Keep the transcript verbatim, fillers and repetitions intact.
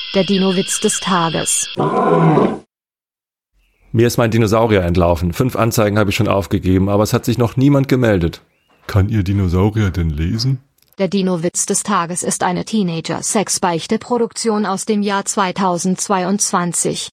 Der Dino-Witz des Tages. Mir ist mein Dinosaurier entlaufen. Fünf Anzeigen habe ich schon aufgegeben, aber es hat sich noch niemand gemeldet. Kann Ihr Dinosaurier denn lesen? Der Dino-Witz des Tages ist eine Teenager-Sex-Beichte-Produktion aus dem Jahr zweitausendzweiundzwanzig.